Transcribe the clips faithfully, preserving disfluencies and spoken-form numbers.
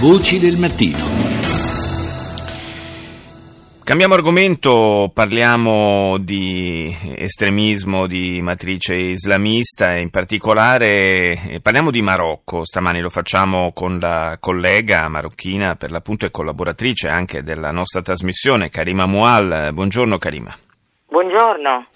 Voci del mattino. Cambiamo argomento, parliamo di estremismo di matrice islamista e in particolare parliamo di Marocco. Stamani lo facciamo con la collega marocchina, per l'appunto e collaboratrice anche della nostra trasmissione, Karima Moual. Buongiorno Karima. Buongiorno.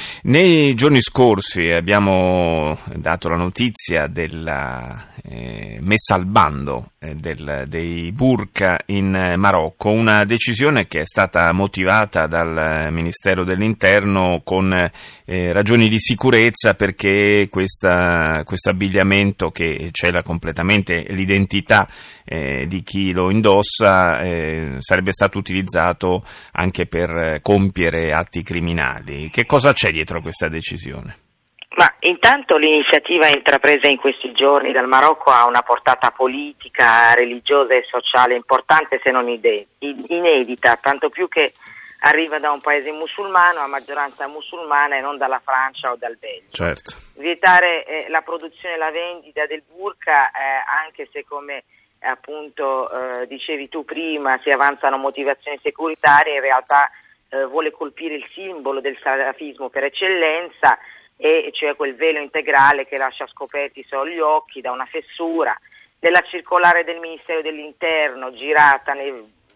Nei giorni scorsi abbiamo dato la notizia della eh, messa al bando eh, del, dei burqa in Marocco, una decisione che è stata motivata dal Ministero dell'Interno con eh, ragioni di sicurezza, perché questa, questo abbigliamento che cela completamente l'identità eh, di chi lo indossa eh, sarebbe stato utilizzato anche per compiere atti criminali. Che cosa c'è dietro a questa decisione? Ma intanto l'iniziativa intrapresa in questi giorni dal Marocco ha una portata politica, religiosa e sociale importante, se non ide- inedita, tanto più che arriva da un paese musulmano a maggioranza musulmana e non dalla Francia o dal Belgio. Certo. Vietare eh, la produzione e la vendita del burqa, eh, anche se come eh, appunto eh, dicevi tu prima si avanzano motivazioni securitarie, in realtà eh, vuole colpire il simbolo del salafismo per eccellenza, e cioè quel velo integrale che lascia scoperti solo gli occhi da una fessura. Nella circolare del Ministero dell'Interno girata nei,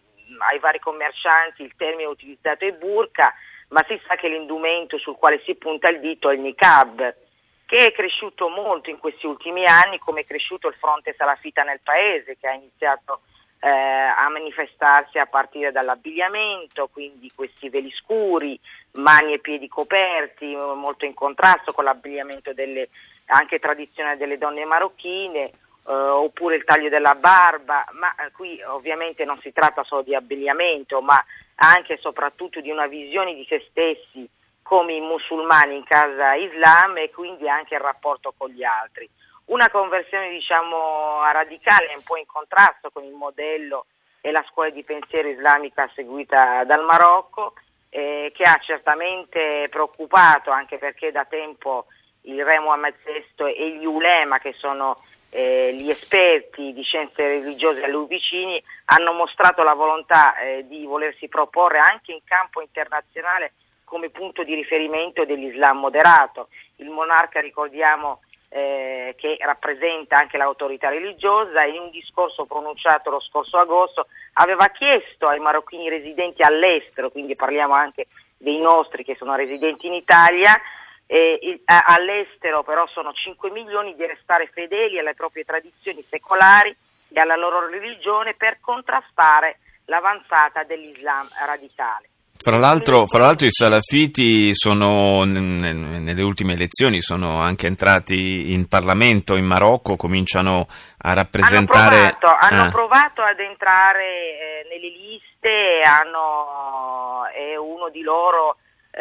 ai vari commercianti il termine utilizzato è burqa, ma si sa che l'indumento sul quale si punta il dito è il niqab, che è cresciuto molto in questi ultimi anni, come è cresciuto il fronte salafita nel paese, che ha iniziato eh, a manifestarsi a partire dall'abbigliamento, quindi questi veli scuri, mani e piedi coperti, molto in contrasto con l'abbigliamento delle, anche tradizionale delle donne marocchine, eh, oppure il taglio della barba, ma eh, qui ovviamente non si tratta solo di abbigliamento, ma anche e soprattutto di una visione di se stessi come i musulmani in casa Islam, e quindi anche il rapporto con gli altri. Una conversione diciamo radicale, un po' in contrasto con il modello e la scuola di pensiero islamica seguita dal Marocco, eh, che ha certamente preoccupato, anche perché da tempo il re Mohammed sesto e gli ulema, che sono eh, gli esperti di scienze religiose a lui vicini, hanno mostrato la volontà eh, di volersi proporre anche in campo internazionale come punto di riferimento dell'Islam moderato. Il monarca, ricordiamo, eh, che rappresenta anche l'autorità religiosa, in un discorso pronunciato lo scorso agosto aveva chiesto ai marocchini residenti all'estero, quindi parliamo anche dei nostri che sono residenti in Italia, eh, all'estero però sono cinque milioni, di restare fedeli alle proprie tradizioni secolari e alla loro religione per contrastare l'avanzata dell'Islam radicale. Fra l'altro, fra l'altro i salafiti sono, nelle ultime elezioni, sono anche entrati in Parlamento in Marocco, cominciano a rappresentare... Hanno provato, hanno ah. provato ad entrare eh, nelle liste, hanno, e uno di loro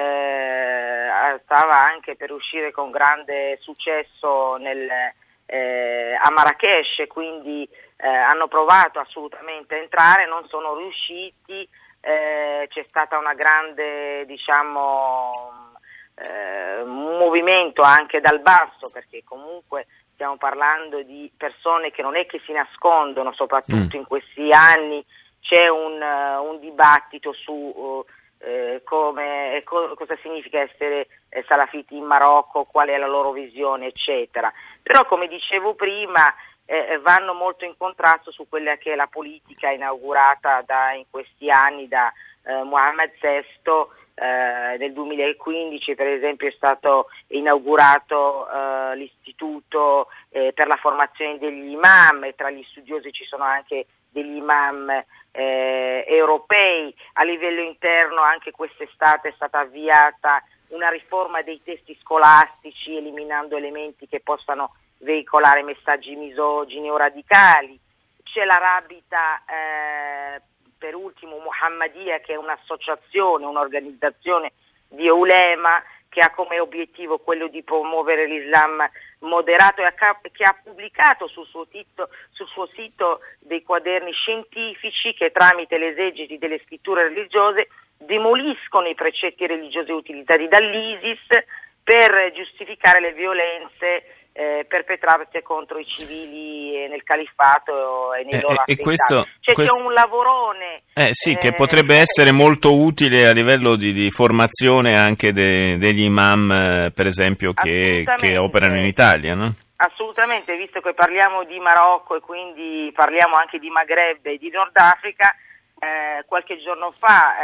eh, stava anche per uscire con grande successo nel, eh, a Marrakech, quindi eh, hanno provato assolutamente a entrare, non sono riusciti. Eh, c'è stata una grande, diciamo, eh, un movimento anche dal basso, perché comunque stiamo parlando di persone che non è che si nascondono, soprattutto mm. in questi anni c'è un, uh, un dibattito su uh, eh, come, eh, co- cosa significa essere eh, salafiti in Marocco, qual è la loro visione, eccetera. Però, come dicevo prima, Eh, vanno molto in contrasto su quella che è la politica inaugurata da, in questi anni da eh, Mohammed sesto. Eh, nel duemilaquindici per esempio è stato inaugurato eh, l'istituto eh, per la formazione degli imam, e tra gli studiosi ci sono anche degli imam eh, europei. A livello interno anche quest'estate è stata avviata una riforma dei testi scolastici, eliminando elementi che possano veicolare messaggi misogini o radicali. C'è la rabita, eh, per ultimo, Muhammadia, che è un'associazione, un'organizzazione di ulema che ha come obiettivo quello di promuovere l'Islam moderato, e che ha pubblicato sul suo, tito, sul suo sito dei quaderni scientifici che tramite l'esegesi delle scritture religiose demoliscono i precetti religiosi utilizzati dall'ISIS per giustificare le violenze eh, perpetrate contro i civili nel califfato e nei eh, loro eh, attentati. E questo, cioè questo... c'è un lavorone... Eh sì, eh, che potrebbe essere molto utile a livello di, di formazione anche de, degli imam, per esempio, che, che operano in Italia, no? Assolutamente, visto che parliamo di Marocco e quindi parliamo anche di Maghreb e di Nord Africa, eh, qualche giorno fa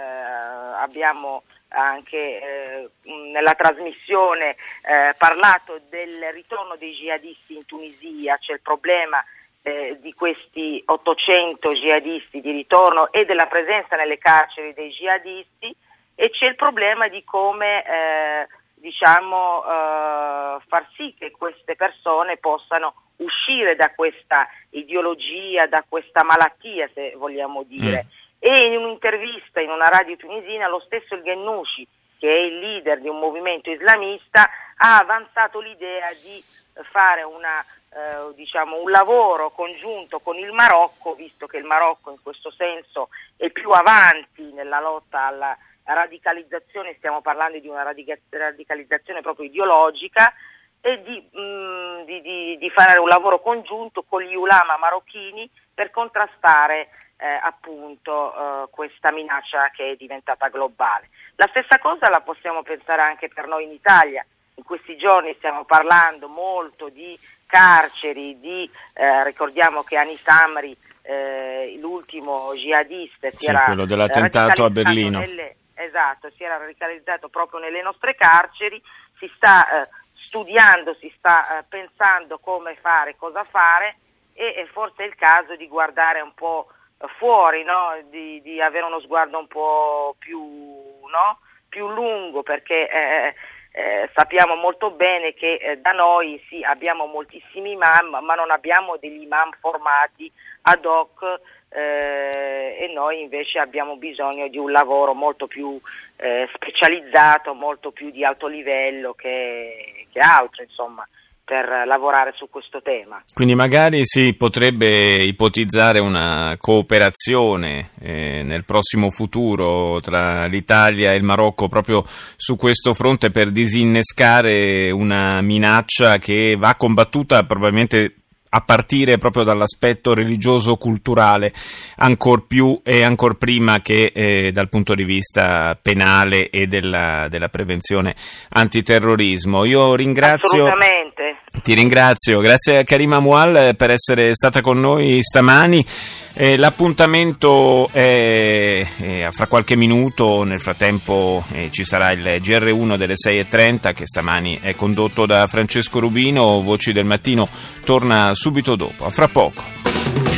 eh, abbiamo anche eh, nella trasmissione eh, parlato del ritorno dei jihadisti in Tunisia. C'è il problema eh, di questi ottocento jihadisti di ritorno e della presenza nelle carceri dei jihadisti, e c'è il problema di come eh, diciamo eh, far sì che queste persone possano uscire da questa ideologia, da questa malattia, se vogliamo dire. Mm. E in un'intervista in una radio tunisina lo stesso El Ghennouchi, che è il leader di un movimento islamista, ha avanzato l'idea di fare una, eh, diciamo, un lavoro congiunto con il Marocco, visto che il Marocco in questo senso è più avanti nella lotta alla radicalizzazione, stiamo parlando di una radica- radicalizzazione proprio ideologica, e di, mh, di, di, di fare un lavoro congiunto con gli ulama marocchini per contrastare eh, appunto eh, questa minaccia che è diventata globale. La stessa cosa la possiamo pensare anche per noi in Italia. In questi giorni stiamo parlando molto di carceri, di eh, ricordiamo che Anis Amri, eh, l'ultimo jihadista, si sì, era quello dell'attentato a Berlino. Nelle, esatto, si era radicalizzato proprio nelle nostre carceri. Si sta eh, studiando, si sta eh, pensando come fare, cosa fare, e, e forse è il caso di guardare un po' fuori, no? di, di avere uno sguardo un po' più, no? più lungo, perché eh, eh, sappiamo molto bene che eh, da noi sì, abbiamo moltissimi imam, ma non abbiamo degli imam formati ad hoc, eh, e noi invece abbiamo bisogno di un lavoro molto più eh, specializzato, molto più di alto livello che, che altro, insomma, per lavorare su questo tema. Quindi magari si potrebbe ipotizzare una cooperazione eh, nel prossimo futuro tra l'Italia e il Marocco proprio su questo fronte, per disinnescare una minaccia che va combattuta probabilmente a partire proprio dall'aspetto religioso-culturale, ancor più e ancor prima che eh, dal punto di vista penale e della, della prevenzione antiterrorismo. Io ringrazio... Assolutamente. Ti ringrazio, grazie a Karima Moual per essere stata con noi stamani. Eh, l'appuntamento è, è fra qualche minuto, nel frattempo eh, ci sarà il G R uno delle sei e trenta che stamani è condotto da Francesco Rubino. Voci del Mattino torna subito dopo, a fra poco.